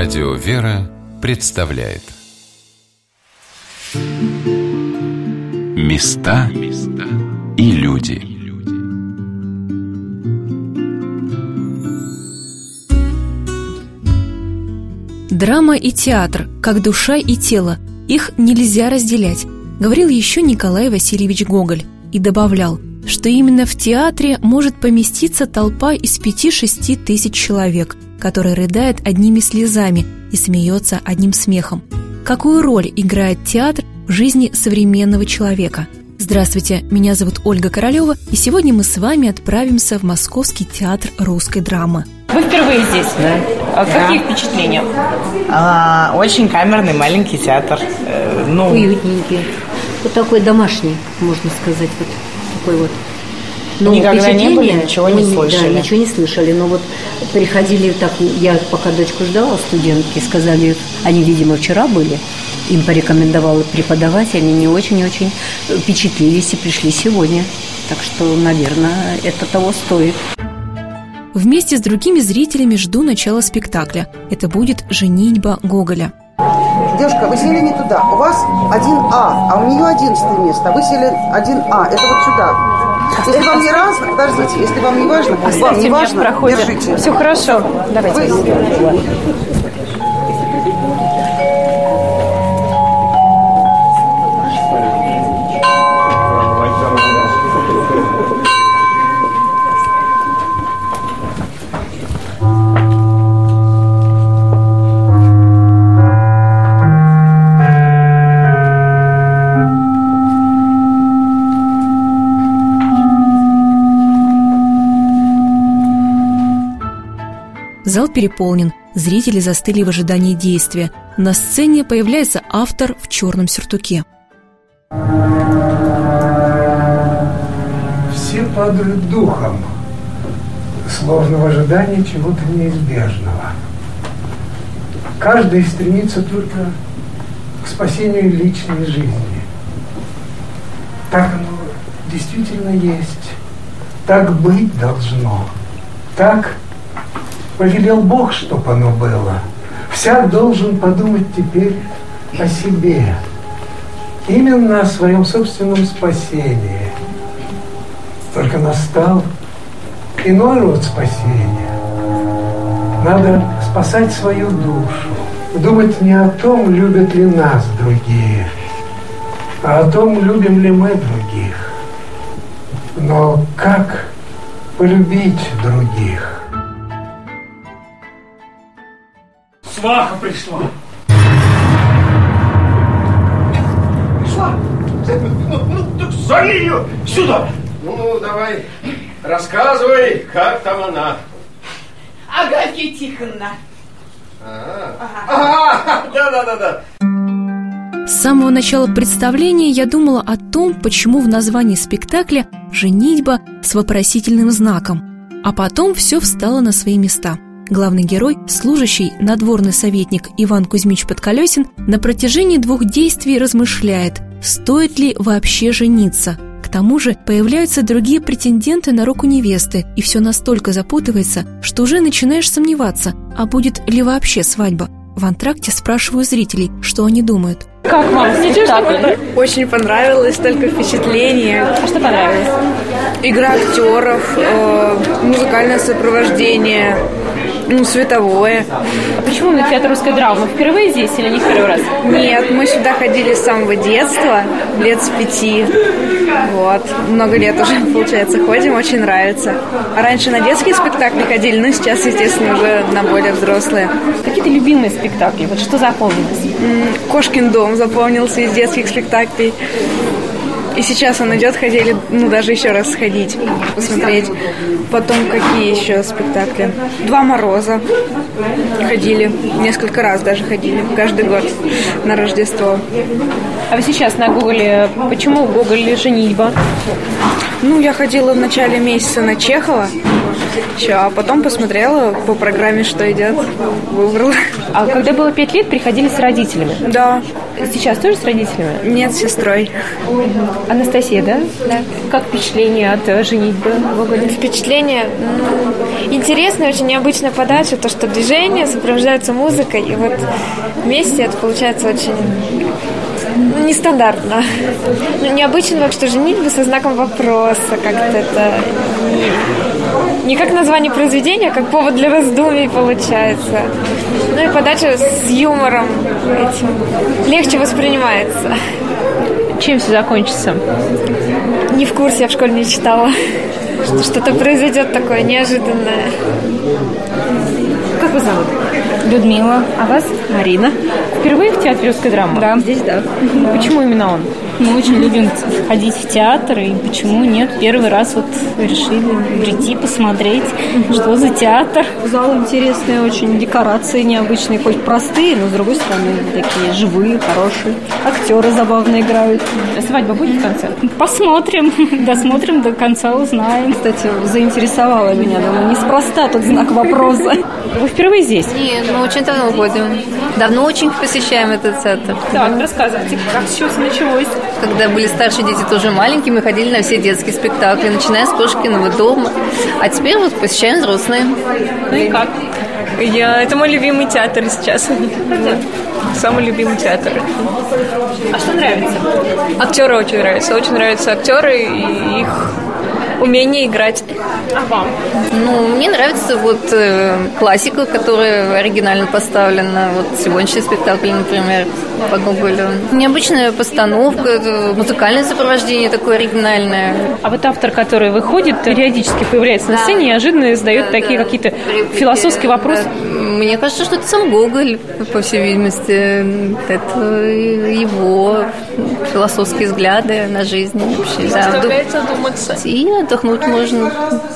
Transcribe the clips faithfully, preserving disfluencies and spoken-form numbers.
Радио «Вера» представляет Места и люди. Драма и театр, как душа и тело, их нельзя разделять, говорил еще Николай Васильевич Гоголь и добавлял, что именно в театре может поместиться толпа из пяти-шести тысяч человек, которая рыдает одними слезами и смеется одним смехом. Какую роль играет театр в жизни современного человека? Здравствуйте, меня зовут Ольга Королева, и сегодня мы с вами отправимся в Московский театр русской драмы. Вы впервые здесь? Да. А какие да. впечатления? А, очень камерный маленький театр. Э, ну... Уютненький. Вот такой домашний, можно сказать, вот такой вот. Но никогда не были, ничего не мы, слышали. Да, ничего не слышали. Но вот приходили так, я пока дочку ждала, студентки сказали, они, видимо, вчера были, им порекомендовала преподаватель, они не очень-очень впечатлились и пришли сегодня. Так что, наверное, это того стоит. Вместе с другими зрителями жду начала спектакля. Это будет «Женитьба» Гоголя. Девушка, вы сели не туда. У вас один А, а у нее одиннадцатое место. Вы сели один А. Это вот сюда. Если вам не разно, подождите, если вам не важно, вам не важно, держите. Все хорошо. Давайте. Вы... Зал переполнен, зрители застыли в ожидании действия. На сцене появляется автор в черном сюртуке. Все падают духом, словно в ожидании чего-то неизбежного. Каждый стремится только к спасению личной жизни. Так оно действительно есть. Так быть должно. Так повелел Бог, чтоб оно было. Всяк должен подумать теперь о себе. Именно о своем собственном спасении. Только настал иной род спасения. Надо спасать свою душу. Думать не о том, любят ли нас другие, а о том, любим ли мы других. Но как полюбить других? Сваха пришла. Пришла? Ну, ну, так зови ее сюда. Ну, давай, рассказывай, как там она. Агафья Тихоновна. Ага, да-да-да-да. С самого начала представления я думала о том, почему в названии спектакля «Женитьба» с вопросительным знаком. А потом все встало на свои места. Главный герой, служащий надворный советник Иван Кузьмич Подколесин, на протяжении двух действий размышляет, стоит ли вообще жениться. К тому же появляются другие претенденты на руку невесты, и все настолько запутывается, что уже начинаешь сомневаться, а будет ли вообще свадьба. В антракте спрашиваю зрителей, что они думают. Как вам спектакль? Очень понравилось, столько впечатлений. А что понравилось? Игра актеров, э, музыкальное сопровождение, ну, световое. А почему на театр русской драмы? Впервые здесь или не в первый раз? Нет, мы сюда ходили с самого детства, лет с пяти. Вот, много лет уже, получается, ходим, очень нравится. А раньше на детские спектакли ходили, но сейчас, естественно, уже на более взрослые. Какие-то любимые спектакли? Вот что запомнилось? «Кошкин дом» запомнился из детских спектаклей. И сейчас он идет, хотели, ну, даже еще раз сходить, посмотреть. Потом какие еще спектакли? «Два мороза» ходили, несколько раз даже ходили, каждый год на Рождество. А вы сейчас на Гоголе, почему Гоголь «Женитьба»? Ну, я ходила в начале месяца на Чехова, Еще, а потом посмотрела по программе, что идет, выбрала. А когда было пять лет, приходили с родителями? Да. Сейчас тоже с родителями? Нет, с сестрой. Анастасия, да? Да. Как впечатление от женитьбы в Гоголе? Впечатление, ну, интересная, очень необычная подача, то, что движение сопровождается музыкой, и вот вместе это получается очень ну, нестандартно. Ну, необычно, так что женитьба со знаком вопроса, как-то это не, не как название произведения, а как повод для раздумий получается. Ну и подача с юмором этим легче воспринимается. Чем все закончится? Не в курсе, я в школе не читала. Что что-то произойдет такое неожиданное. Как вас зовут? Людмила. А вас? Марина. Впервые в театре русской драмы? Да. Здесь, да. Почему именно он? Мы очень любим ходить в театр, и почему нет? Первый раз вот решили прийти, посмотреть, что за театр. Зал интересный очень, декорации необычные, хоть простые, но с другой стороны такие живые, хорошие. Актеры забавно играют. Свадьба будет в конце? Посмотрим, досмотрим до конца, узнаем. Кстати, заинтересовала меня, думаю, неспроста тут знак вопроса. Вы впервые здесь? Нет, мы очень давно ходим. Давно очень посещаем этот театр. Так, рассказывайте, как все началось? Когда были старшие дети, тоже маленькие, мы ходили на все детские спектакли, начиная с Кошкиного дома. А теперь вот посещаем взрослые. Ну и как? Я... Это мой любимый театр сейчас. Самый любимый театр. А что нравится? Актеры очень нравятся. Очень нравятся актеры и их умение играть. А вам? Ну, мне нравится вот э, классика, которая оригинально поставлена. Вот сегодняшний спектакль, например, по Гоголю. Необычная постановка, музыкальное сопровождение такое оригинальное. А вот автор, который выходит, периодически появляется на сцене, неожиданно задает да, такие да. какие-то философские вопросы. Мне кажется, что это сам Гоголь, по всей видимости. Это его философские взгляды на жизнь. Вообще, заставляется да. думаться. И отдохнуть можно.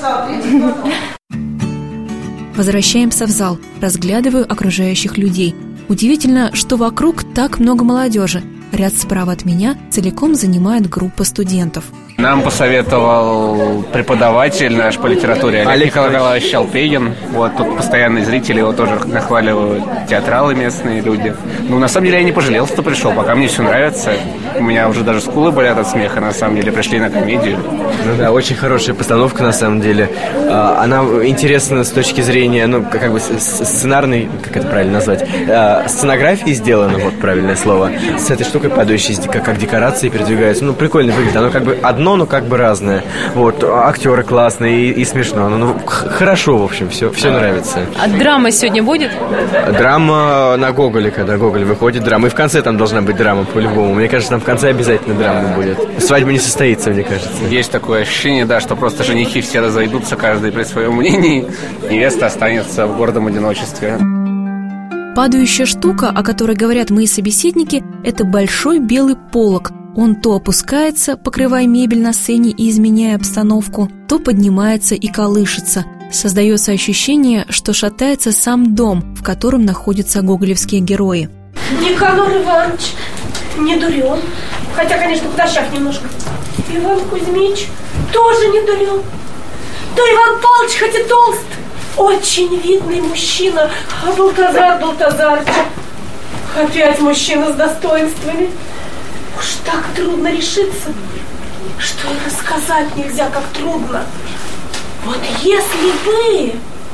Возвращаемся в зал. Разглядываю окружающих людей. Удивительно, что вокруг так много молодежи. Ряд справа от меня целиком занимает группа студентов. Нам посоветовал преподаватель наш по литературе Олег Николаевич Щалпегин. Вот тут постоянные зрители его тоже нахваливают, театралы местные люди. Ну, на самом деле, я не пожалел, что пришел, пока мне все нравится. У меня уже даже скулы болят от смеха, на самом деле, пришли на комедию. Ну да, очень хорошая постановка, на самом деле. Она интересна с точки зрения, ну, как бы сценарной, как это правильно назвать, сценографии сделана, вот правильное слово, с этой штукой падающей, как, как декорации передвигаются. Ну, прикольно выглядит. Оно как бы одно, но как бы разное. Вот, актеры классные и, и смешно. Ну, хорошо, в общем, все, все нравится. А драма сегодня будет? Драма на Гоголе, когда Гоголь выходит, драма. И в конце там должна быть драма, по-любому. Мне кажется, там в конце обязательно драма будет. Свадьба не состоится, мне кажется. Есть такое ощущение, да, что просто женихи все разойдутся, каждый при своем мнении. Невеста останется в гордом одиночестве. Падающая штука, о которой говорят мои собеседники, это большой белый полог. Он то опускается, покрывая мебель на сцене и изменяя обстановку, то поднимается и колышется. Создается ощущение, что шатается сам дом, в котором находятся гоголевские герои. Никанор Иванович не дурен, хотя, конечно, подощав немножко. Иван Кузьмич тоже не дурен. То Иван Павлович хоть и толст, очень видный мужчина, а Балтазар Балтазарыч опять мужчина с достоинствами. Уж так трудно решиться, что и рассказать нельзя, как трудно. Вот если бы...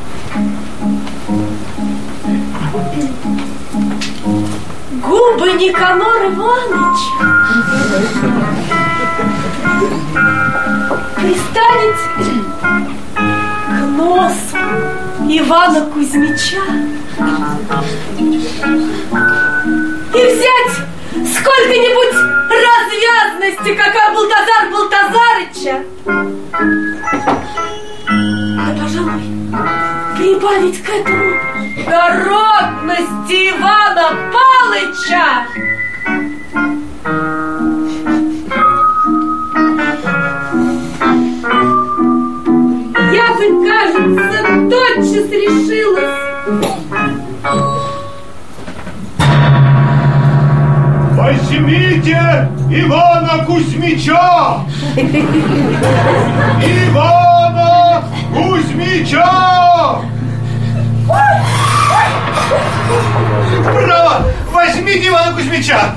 Губы Никанор Ивановича приставить к носу Ивана Кузьмича и взять сколько-нибудь развязности, как у Балтазар Балтазарыча, да, пожалуй, прибавить к этому дородности Ивана Палыча. Я бы, кажется, тотчас решилась. Возьмите Ивана Кузьмича! Ивана Кузьмича! Право! Возьмите Ивана Кузьмича!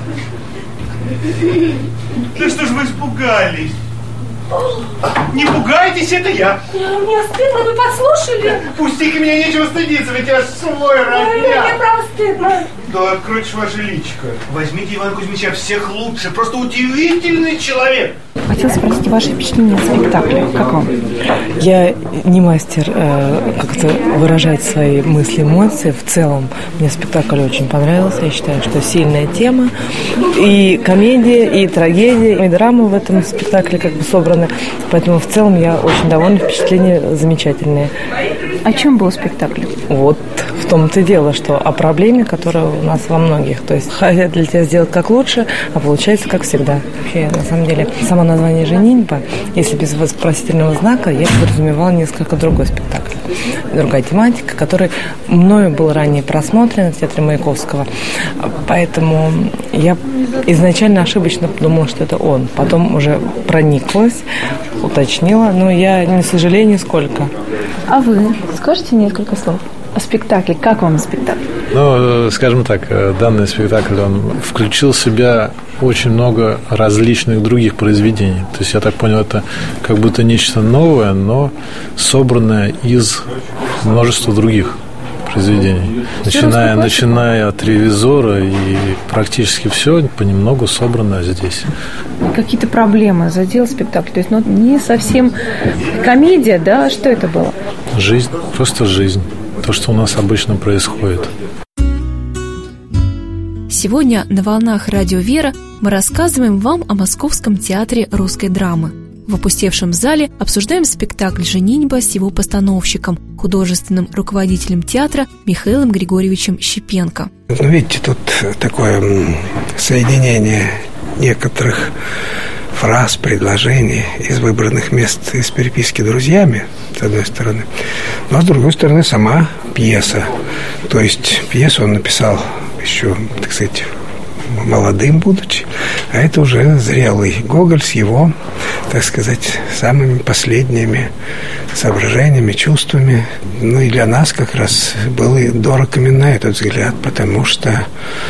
Да что ж вы испугались? Не пугайтесь, это я. Мне стыдно, вы подслушали. Пустите, меня нечего стыдиться, ведь я свой родня. Мне правда стыдно. Да откройте ваше личико. Возьмите Ивана Кузьмича, всех лучше. Просто удивительный человек. Хотела спросить ваше впечатление от спектакля. Как вам? Я не мастер э, как-то выражать свои мысли, эмоции. В целом мне спектакль очень понравился. Я считаю, что сильная тема. И комедия, и трагедия, и драма в этом спектакле как бы собраны. Поэтому в целом я очень довольна. Впечатления замечательные. О чем был спектакль? Вот в том-то и дело, что о проблеме, которая у нас во многих. То есть хотят для тебя сделать как лучше, а получается как всегда. Вообще, на самом деле, само название «Женитьба», если без вопросительного знака, я подразумевала несколько другой спектакль. Другая тематика, который мною был ранее просмотрен в театре Маяковского. Поэтому я изначально ошибочно подумала, что это он. Потом уже прониклась, уточнила, но я не сожалею нисколько. А вы скажете несколько слов о спектакле? Как вам спектакль? Ну, скажем так, данный спектакль, он включил в себя очень много различных других произведений. То есть, я так понял, это как будто нечто новое, но собранное из множества других произведений. Начиная, начиная от «Ревизора», и практически все понемногу собрано здесь. Какие-то проблемы задел спектакль? То есть, ну, не совсем комедия, да? Что это было? Жизнь, просто жизнь. То, что у нас обычно происходит. Сегодня на волнах радио «Вера» мы рассказываем вам о Московском театре русской драмы. В опустевшем зале обсуждаем спектакль «Женитьба» с его постановщиком, художественным руководителем театра Михаилом Григорьевичем Щепенко. Ну, видите, тут такое соединение некоторых фраз, предложений из выбранных мест из переписки друзьями, с одной стороны, но с другой стороны сама пьеса. То есть пьесу он написал еще, так сказать, молодым будучи, а это уже зрелый Гоголь с его, так сказать, самыми последними соображениями, чувствами. Ну и для нас как раз был и дорог именно этот взгляд, потому что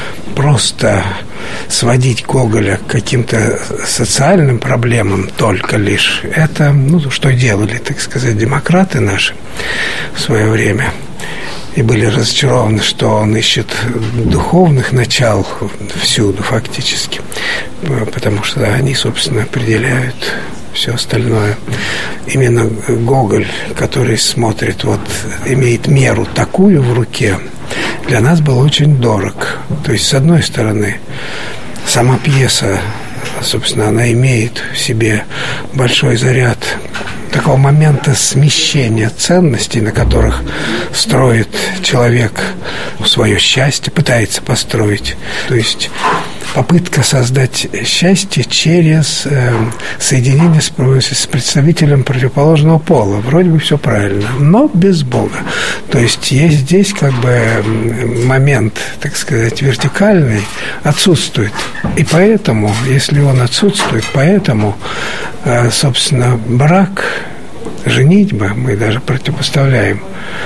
просто сводить Гоголя к каким-то социальным проблемам только лишь, это, ну, что делали, так сказать, демократы наши в свое время. И были разочарованы, что он ищет духовных начал всюду фактически, потому что они, собственно, определяют все остальное. Именно Гоголь, который смотрит, вот, имеет меру такую в руке, для нас был очень дорог. То есть, с одной стороны, сама пьеса, собственно, она имеет в себе большой заряд такого момента смещения ценностей, на которых строит человек свое счастье, пытается построить. То есть попытка создать счастье через э, соединение с, с представителем противоположного пола. Вроде бы все правильно, но без Бога. То есть есть здесь как бы момент, так сказать, вертикальный отсутствует. И поэтому, если он отсутствует, поэтому, э, собственно, брак, женитьба, мы даже противопоставляем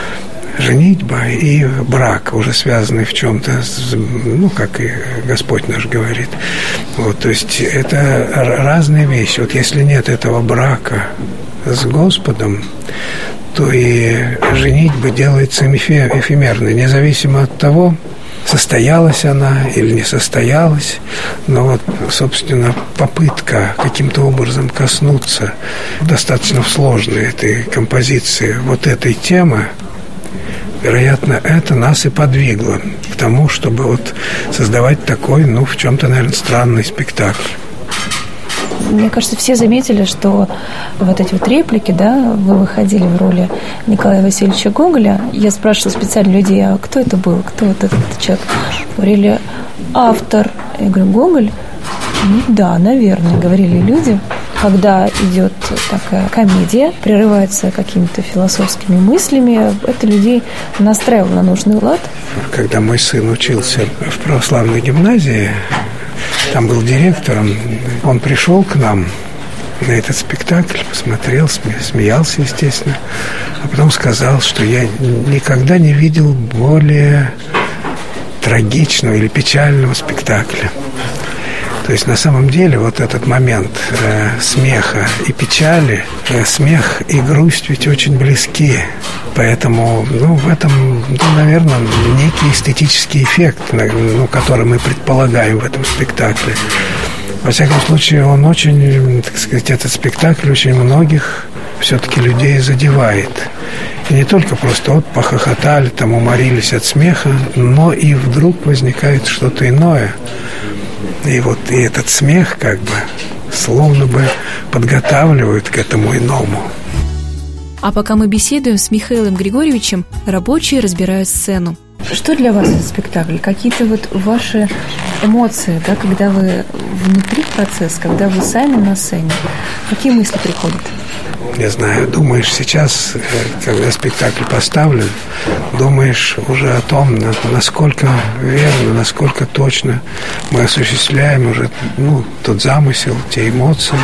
женитьба и брак, уже связанные в чем-то, ну, как и Господь наш говорит. Вот, то есть это разные вещи. Вот если нет этого брака с Господом, то и женитьба делается эфемерной, независимо от того, состоялась она или не состоялась. Но вот, собственно, попытка каким-то образом коснуться достаточно сложной этой композиции, вот этой темы, вероятно, это нас и подвигло к тому, чтобы вот создавать такой, ну, в чем-то, наверное, странный спектакль. Мне кажется, все заметили, что вот эти вот реплики, да, вы выходили в роли Николая Васильевича Гоголя. Я спрашивала специально людей, а кто это был, кто вот этот человек? Говорили, автор. Я говорю, Гоголь? Ну, да, наверное, говорили люди. Когда идет такая комедия, прерывается какими-то философскими мыслями, это людей настраивало на нужный лад. Когда мой сын учился в православной гимназии, там был директором, он пришел к нам на этот спектакль, посмотрел, смеялся, естественно, а потом сказал, что я никогда не видел более трагичного или печального спектакля. То есть на самом деле вот этот момент э, смеха и печали, э, смех и грусть ведь очень близки. Поэтому, ну, в этом, ну, наверное, некий эстетический эффект, ну, который мы предполагаем в этом спектакле. Во всяком случае, он очень, так сказать, этот спектакль очень многих все-таки людей задевает. И не только просто вот похохотали, там уморились от смеха, но и вдруг возникает что-то иное. И вот и этот смех как бы словно бы подготавливает к этому иному. А пока мы беседуем с Михаилом Григорьевичем, рабочие разбирают сцену. Что для вас этот спектакль? Какие-то вот ваши эмоции, да, когда вы внутри процесса, когда вы сами на сцене? Какие мысли приходят? Не знаю, думаешь сейчас, когда спектакль поставлен, думаешь уже о том, насколько верно, насколько точно мы осуществляем уже, ну, тот замысел, те эмоции,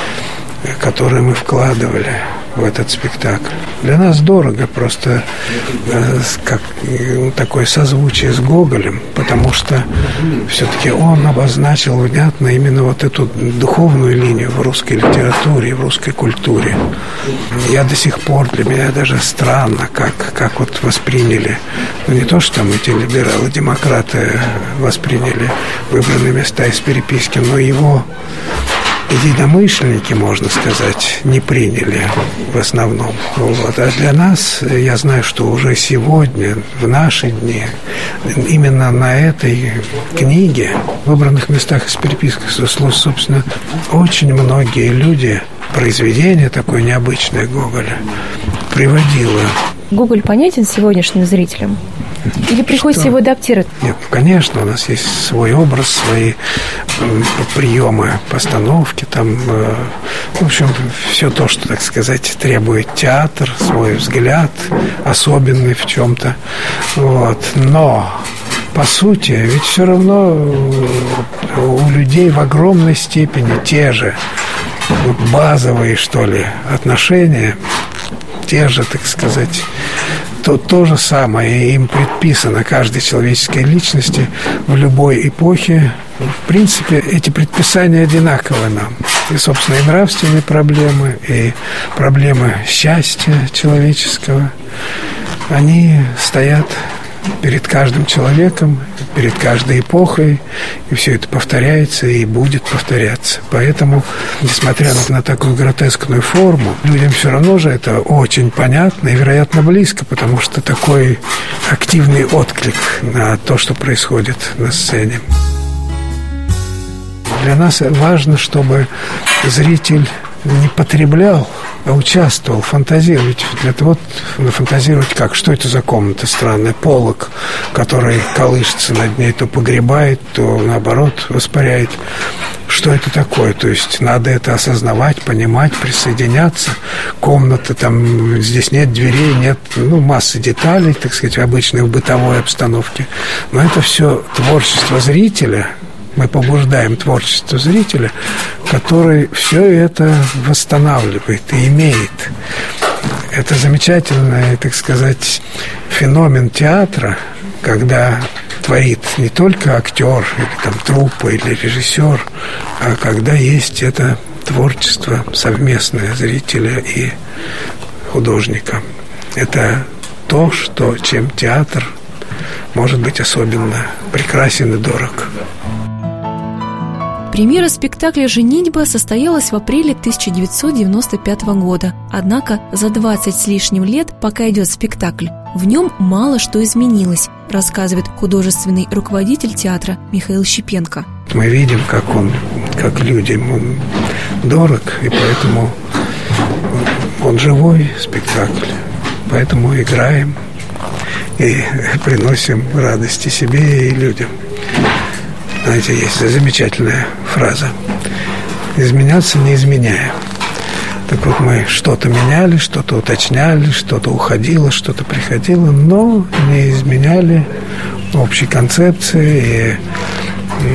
которые мы вкладывали в этот спектакль. Для нас дорого просто э, как э, такое созвучие с Гоголем, потому что все-таки он обозначил внятно именно вот эту духовную линию в русской литературе, в русской культуре. Я до сих пор, для меня даже странно, как, как вот восприняли, ну не то, что там эти либералы, демократы восприняли выбранные места из переписки, но его единомышленники, можно сказать, не приняли в основном. Вот. А для нас, я знаю, что уже сегодня, в наши дни, именно на этой книге, в выбранных местах из переписки, собственно, очень многие люди, произведение такое необычное Гоголя, приводило. Гоголь понятен сегодняшним зрителям? Или приходится Что? его адаптировать? Нет, ну, конечно, у нас есть свой образ, свои э, приемы, постановки, там, э, в общем, все то, что, так сказать, требует театр, свой взгляд, особенный в чем-то. Вот. Но, по сути, ведь все равно у людей в огромной степени те же базовые, что ли, отношения, те же, так сказать, то, то же самое им предписано каждой человеческой личности в любой эпохе. В принципе, эти предписания одинаковы нам. И, собственно, и нравственные проблемы, и проблемы счастья человеческого, они стоят перед каждым человеком, перед каждой эпохой, и все это повторяется и будет повторяться. Поэтому, несмотря на, на такую гротескную форму, людям все равно же это очень понятно и, вероятно, близко, потому что такой активный отклик на то, что происходит на сцене. Для нас важно, чтобы зритель не потреблял, а участвовал, фантазировал. Ведь для того, фантазировать как? Что это за комната странная? Полог, который колышется над ней, то погребает, то, наоборот, воспаряет. Что это такое? То есть надо это осознавать, понимать, присоединяться. Комната, там, здесь нет дверей, нет, ну, массы деталей, так сказать, обычной в бытовой обстановке. Но это все творчество зрителя. Мы побуждаем творчество зрителя, который все это восстанавливает и имеет. Это замечательный, так сказать, феномен театра, когда творит не только актер, или там труппа, или режиссер, а когда есть это творчество совместное зрителя и художника. Это то, что, чем театр может быть особенно прекрасен и дорог. Премьера спектакля «Женитьба» состоялась в апреле тысяча девятьсот девяносто пятого года. Однако за двадцать с лишним лет, пока идет спектакль, в нем мало что изменилось, рассказывает художественный руководитель театра Михаил Щепенко. Мы видим, как он, как людям он дорог, и поэтому он живой спектакль. Поэтому играем и приносим радости себе и людям. Знаете, есть замечательная фраза: изменяться не изменяя. Так вот, мы что-то меняли, что-то уточняли, что-то уходило, что-то приходило, но не изменяли общей концепции и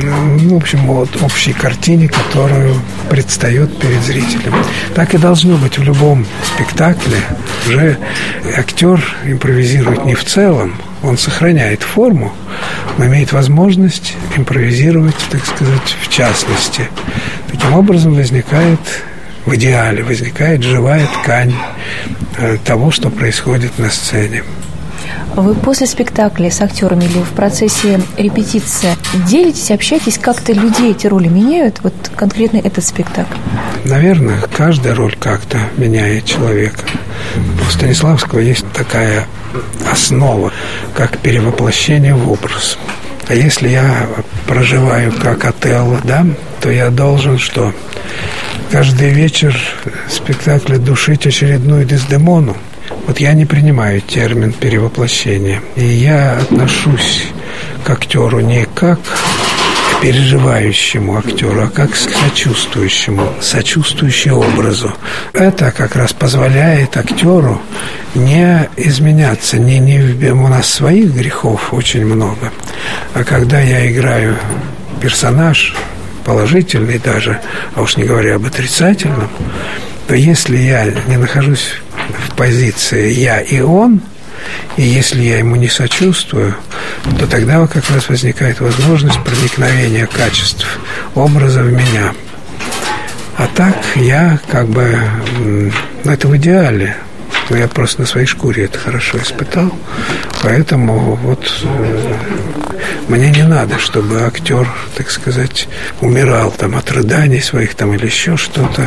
ну, в общем, вот общей картине, которую предстает перед зрителем. Так и должно быть в любом спектакле. Уже актер импровизирует не в целом, он сохраняет форму, но имеет возможность импровизировать, так сказать, в частности. Таким образом возникает, в идеале, возникает живая ткань того, что происходит на сцене. Вы после спектакля с актерами или в процессе репетиции делитесь, общаетесь, как-то людей эти роли меняют? Вот конкретно этот спектакль. Наверное, каждая роль как-то меняет человека. У Станиславского есть такая основа, как перевоплощение в образ. А если я проживаю как Отелло, да, то я должен что? Каждый вечер спектакля душить очередную Дездемону. Вот я не принимаю термин перевоплощения. И я отношусь к актеру не как к переживающему актеру, а как к сочувствующему, сочувствующему образу. Это как раз позволяет актеру не изменяться. Не, не, у нас своих грехов очень много. А когда я играю персонаж, положительный даже, а уж не говоря об отрицательном, то если я не нахожусь в позиции «я и он», и если я ему не сочувствую, то тогда как раз возникает возможность проникновения качеств образа в меня. А так я как бы, ну, это в идеале, но я просто на своей шкуре это хорошо испытал, поэтому вот э, мне не надо, чтобы актер, так сказать, умирал там от рыданий своих там или еще что-то.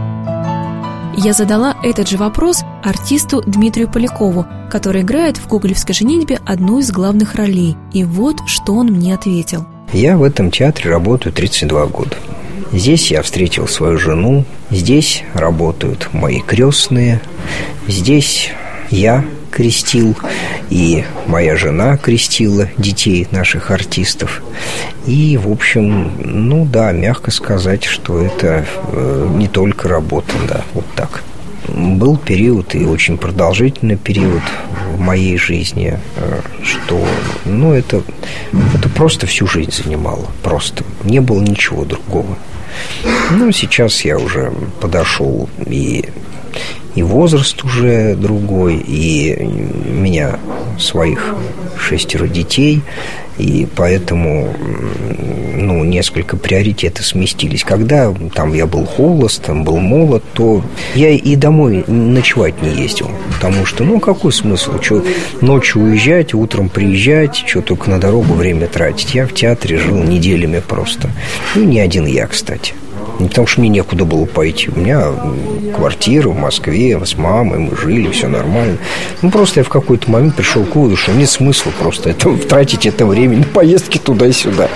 Я задала этот же вопрос артисту Дмитрию Полякову, который играет в гоголевской «Женитьбе» одну из главных ролей. И вот что он мне ответил. Я в этом театре работаю тридцать два года. Здесь я встретил свою жену, здесь работают мои крестные, здесь я крестил, и моя жена крестила детей наших артистов. И, в общем, ну да, мягко сказать, что это э, не только работа, да, вот так. Был период, и очень продолжительный период в моей жизни, э, что, ну, это, это просто всю жизнь занимало, просто. Не было ничего другого. Ну, сейчас я уже подошел, и, и возраст уже другой, и у меня своих шестеро детей, и поэтому, ну, несколько приоритеты сместились. Когда там я был холост, там был молод, то я и домой ночевать не ездил. Потому что, ну, какой смысл? Что, ночью уезжать, утром приезжать, что только на дорогу время тратить. Я в театре жил неделями просто. Ну, не один я, кстати. Не потому что мне некуда было пойти. У меня квартира в Москве, с мамой, мы жили, все нормально. Ну, просто я в какой-то момент пришел к выводу, что нет смысла просто это, тратить это время на поездки туда и сюда.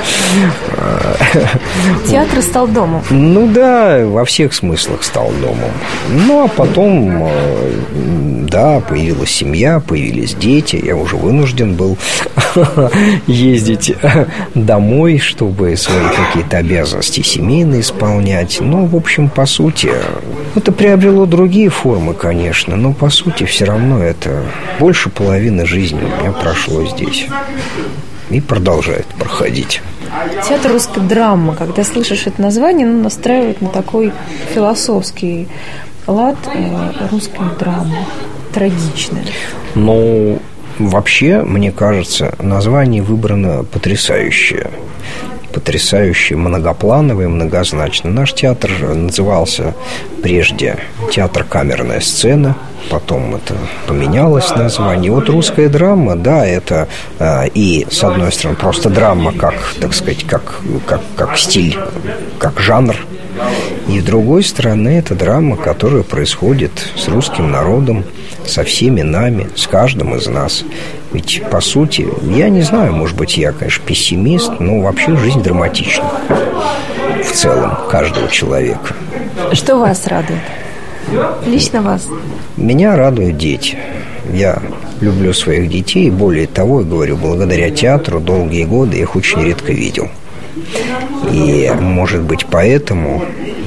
Театр стал домом. Ну да, во всех смыслах стал домом. Ну, а потом, да, появилась семья, появились дети. Я уже вынужден был ездить домой, чтобы свои какие-то обязанности семейные исполнять. Ну, в общем, по сути, это приобрело другие формы, конечно, но по сути все равно это больше половины жизни у меня прошло здесь и продолжает проходить. Театр русской драмы, когда слышишь это название, ну, настраивает на такой философский лад э, русской драмы, трагичная. Ну, вообще, мне кажется, название выбрано потрясающее. Потрясающе многоплановый, многозначный. Наш театр назывался прежде «Театр камерная сцена», потом это поменялось название. Вот русская драма, да, это э, и, с одной стороны, просто драма, как, так сказать, как, как, как стиль, как жанр. И, с другой стороны, это драма, которая происходит с русским народом, со всеми нами, с каждым из нас. Ведь, по сути, я не знаю, может быть, я, конечно, пессимист, но вообще жизнь драматична в целом каждого человека. Что вас радует? Лично вас? Меня радуют дети. Я люблю своих детей, и более того, я говорю, благодаря театру долгие годы я их очень редко видел. И, может быть, поэтому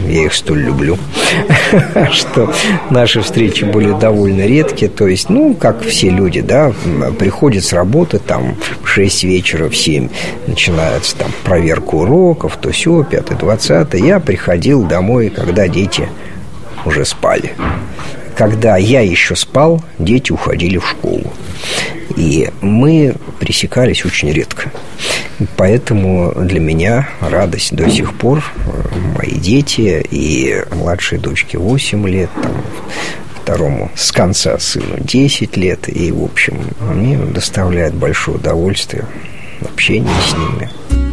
я их столь люблю, что наши встречи были довольно редкие. То есть, ну, как все люди, да, приходят с работы там в шесть вечера, в семь начинается там проверка уроков, то сё, пятое, двадцатое. Я приходил домой, когда дети уже спали. Когда я еще спал, дети уходили в школу. И мы пересекались очень редко. Поэтому для меня радость до сих пор. Мои дети и младшей дочке восемь лет, там, второму с конца сыну десять лет. И, в общем, мне доставляет большое удовольствие общение с ними.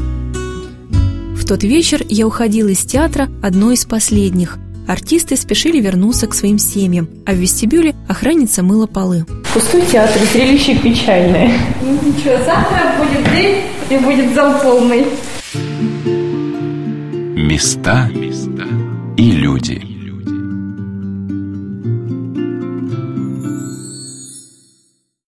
В тот вечер я уходила из театра одной из последних. Артисты спешили вернуться к своим семьям, а в вестибюле охранница мыла полы. Пустой театр, зрелище печальное. Ничего, завтра будет день и будет зал полный. Места и люди.